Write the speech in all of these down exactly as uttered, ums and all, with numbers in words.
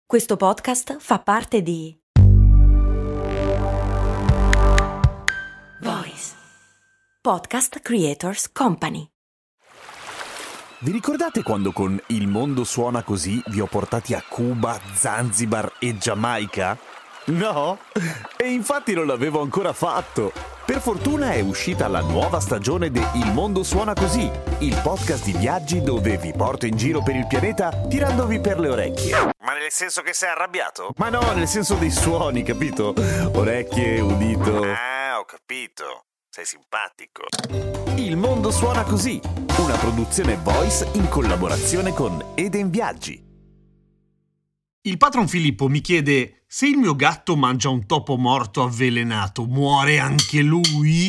Questo podcast fa parte di Voice Podcast Creators Company. Vi ricordate quando con Il mondo suona così vi ho portati a Cuba, Zanzibar e Giamaica? No? E infatti non l'avevo ancora fatto. Per fortuna è uscita la nuova stagione di Il mondo suona così, il podcast di viaggi dove vi porto in giro per il pianeta tirandovi per le orecchie. Ma nel senso che sei arrabbiato? Ma no, nel senso dei suoni, capito? Orecchie, udito. Ah, ho capito. Sei simpatico. Il mondo suona così, una produzione Voice in collaborazione con Eden Viaggi. Il patron Filippo mi chiede: se il mio gatto mangia un topo morto avvelenato, muore anche lui?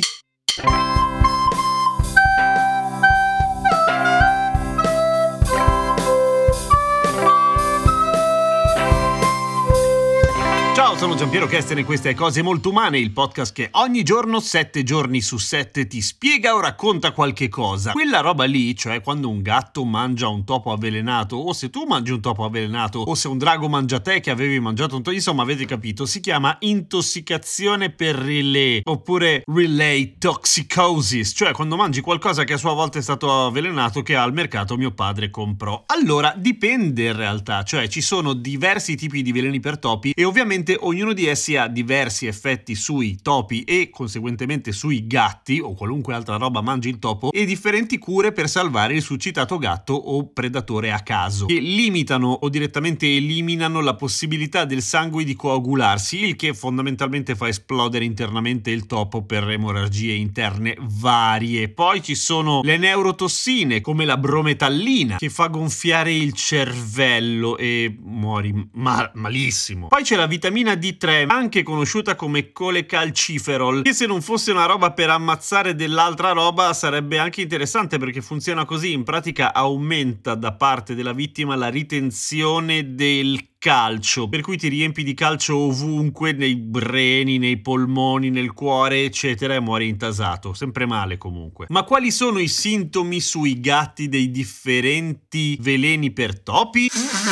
Ciao, sono Giampiero Kesten e queste è Cose Molto Umane, il podcast che ogni giorno, sette giorni su sette, ti spiega o racconta qualche cosa. Quella roba lì, cioè quando un gatto mangia un topo avvelenato, o se tu mangi un topo avvelenato, o se un drago mangia te che avevi mangiato un topo, insomma avete capito, si chiama intossicazione per relay, oppure relay toxicosis, cioè quando mangi qualcosa che a sua volta è stato avvelenato che al mercato mio padre comprò. Allora, dipende in realtà, cioè ci sono diversi tipi di veleni per topi e ovviamente ognuno di essi ha diversi effetti sui topi e conseguentemente sui gatti o qualunque altra roba mangi il topo, e differenti cure per salvare il succitato gatto o predatore a caso, che limitano o direttamente eliminano la possibilità del sangue di coagularsi, il che fondamentalmente fa esplodere internamente il topo per emorragie interne varie. Poi ci sono le neurotossine come la brometallina, che fa gonfiare il cervello e muori mal- malissimo. Poi c'è la vitamina D tre, anche conosciuta come colecalciferol, che se non fosse una roba per ammazzare dell'altra roba sarebbe anche interessante, perché funziona così: in pratica aumenta da parte della vittima la ritenzione del calcio, per cui ti riempi di calcio ovunque, nei reni, nei polmoni, nel cuore, eccetera, e muori intasato, sempre male comunque. Ma quali sono i sintomi sui gatti dei differenti veleni per topi?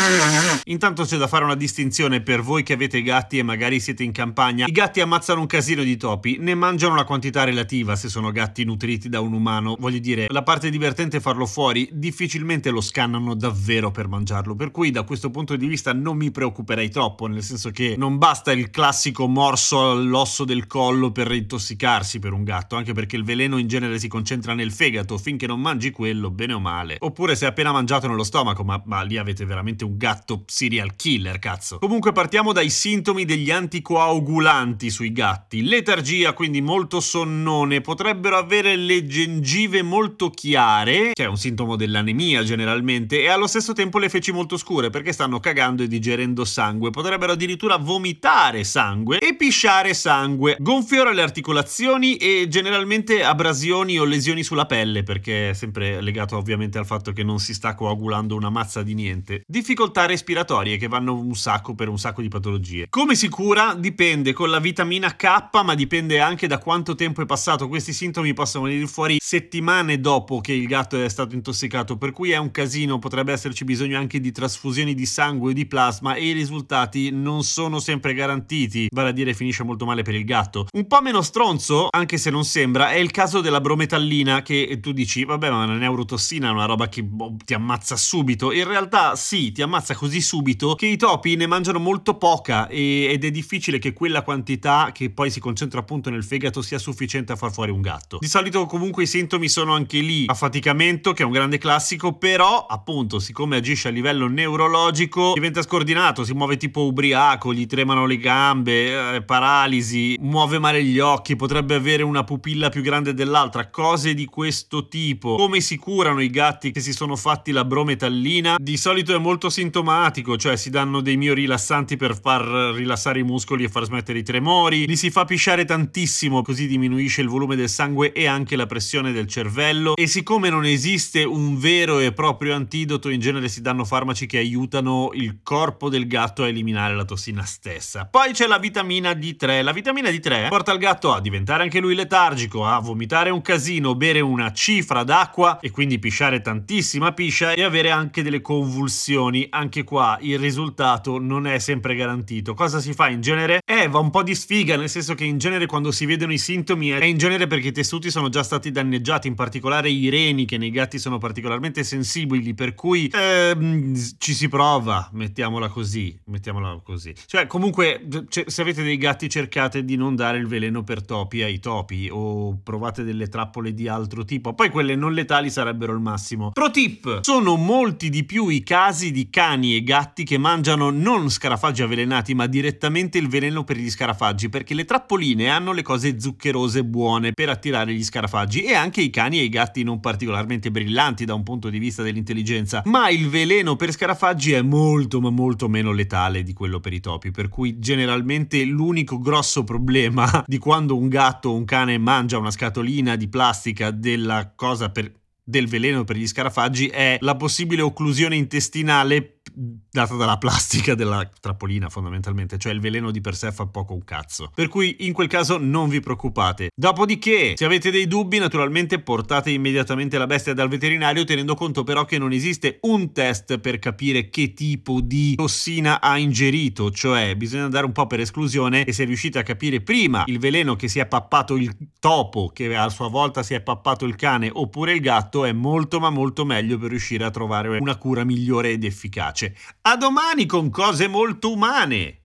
Intanto c'è da fare una distinzione per voi che avete gatti e magari siete in campagna. I gatti ammazzano un casino di topi, ne mangiano una quantità relativa se sono gatti nutriti da un umano. Voglio dire, la parte divertente è farlo fuori, difficilmente lo scannano davvero per mangiarlo, per cui da questo punto di vista non mi preoccuperei troppo, nel senso che non basta il classico morso all'osso del collo per intossicarsi per un gatto, anche perché il veleno in genere si concentra nel fegato, finché non mangi quello, bene o male. Oppure se è appena mangiato nello stomaco, ma, ma lì avete veramente un gatto serial killer, cazzo. Comunque partiamo dai sintomi degli anticoagulanti sui gatti. Letargia, quindi molto sonnone, potrebbero avere le gengive molto chiare, che è un sintomo dell'anemia generalmente, e allo stesso tempo le feci molto scure, perché stanno cagando e digerendo sangue. Potrebbero addirittura vomitare sangue e pisciare sangue. Gonfiore alle articolazioni e generalmente abrasioni o lesioni sulla pelle, perché è sempre legato ovviamente al fatto che non si sta coagulando una mazza di niente. Difficoltà respiratorie, che vanno un sacco per un sacco di patologie. Come si cura? Dipende con la vitamina K, ma dipende anche da quanto tempo è passato. Questi sintomi possono venire fuori settimane dopo che il gatto è stato intossicato, per cui è un casino. Potrebbe esserci bisogno anche di trasfusioni di sangue o di plasma e i risultati non sono sempre garantiti, vale a dire finisce molto male per il gatto. Un po' meno stronzo, anche se non sembra, è il caso della brometallina, che tu dici vabbè, ma una neurotossina è una roba che boh, ti ammazza subito. In realtà sì, ti ammazza così subito che i topi ne mangiano molto poca e, ed è difficile che quella quantità che poi si concentra appunto nel fegato sia sufficiente a far fuori un gatto. Di solito comunque i sintomi sono anche lì affaticamento, che è un grande classico, però appunto siccome agisce a livello neurologico diventa scordinato, si muove tipo ubriaco, gli tremano le gambe, eh, paralisi, muove male gli occhi, potrebbe avere una pupilla più grande dell'altra, cose di questo tipo. Come si curano i gatti che si sono fatti la brometallina? Di solito è molto sintomatico, cioè si danno dei miorilassanti per far rilassare i muscoli e far smettere i tremori, li si fa pisciare tantissimo, così diminuisce il volume del sangue e anche la pressione del cervello, e siccome non esiste un vero e proprio antidoto, in genere si danno farmaci che aiutano il corpo corpo del gatto a eliminare la tossina stessa. Poi c'è la vitamina D tre. La vitamina D tre porta il gatto a diventare anche lui letargico, a vomitare un casino, bere una cifra d'acqua e quindi pisciare tantissima piscia e avere anche delle convulsioni. Anche qua il risultato non è sempre garantito. Cosa si fa in genere? Eh, va un po' di sfiga, nel senso che in genere quando si vedono i sintomi è in genere perché i tessuti sono già stati danneggiati, in particolare i reni, che nei gatti sono particolarmente sensibili, per cui ehm, ci si prova, mettiamola così, mettiamola così. Cioè, comunque, c- se avete dei gatti cercate di non dare il veleno per topi ai topi o provate delle trappole di altro tipo. Poi quelle non letali sarebbero il massimo. Pro tip: sono molti di più i casi di cani e gatti che mangiano non scarafaggi avvelenati ma direttamente il veleno per gli scarafaggi, perché le trappoline hanno le cose zuccherose buone per attirare gli scarafaggi, e anche i cani e i gatti non particolarmente brillanti da un punto di vista dell'intelligenza, ma il veleno per scarafaggi è molto ma molto meno letale di quello per i topi, per cui generalmente l'unico grosso problema di quando un gatto o un cane mangia una scatolina di plastica della cosa per del veleno per gli scarafaggi è la possibile occlusione intestinale data dalla plastica della trappolina, fondamentalmente, cioè il veleno di per sé fa poco un cazzo, per cui in quel caso non vi preoccupate. Dopodiché, se avete dei dubbi, naturalmente portate immediatamente la bestia dal veterinario, tenendo conto però che non esiste un test per capire che tipo di tossina ha ingerito, cioè bisogna andare un po' per esclusione, e se riuscite a capire prima il veleno che si è pappato il topo, che a sua volta si è pappato il cane oppure il gatto, è molto ma molto meglio per riuscire a trovare una cura migliore ed efficace. A domani con cose molto umane!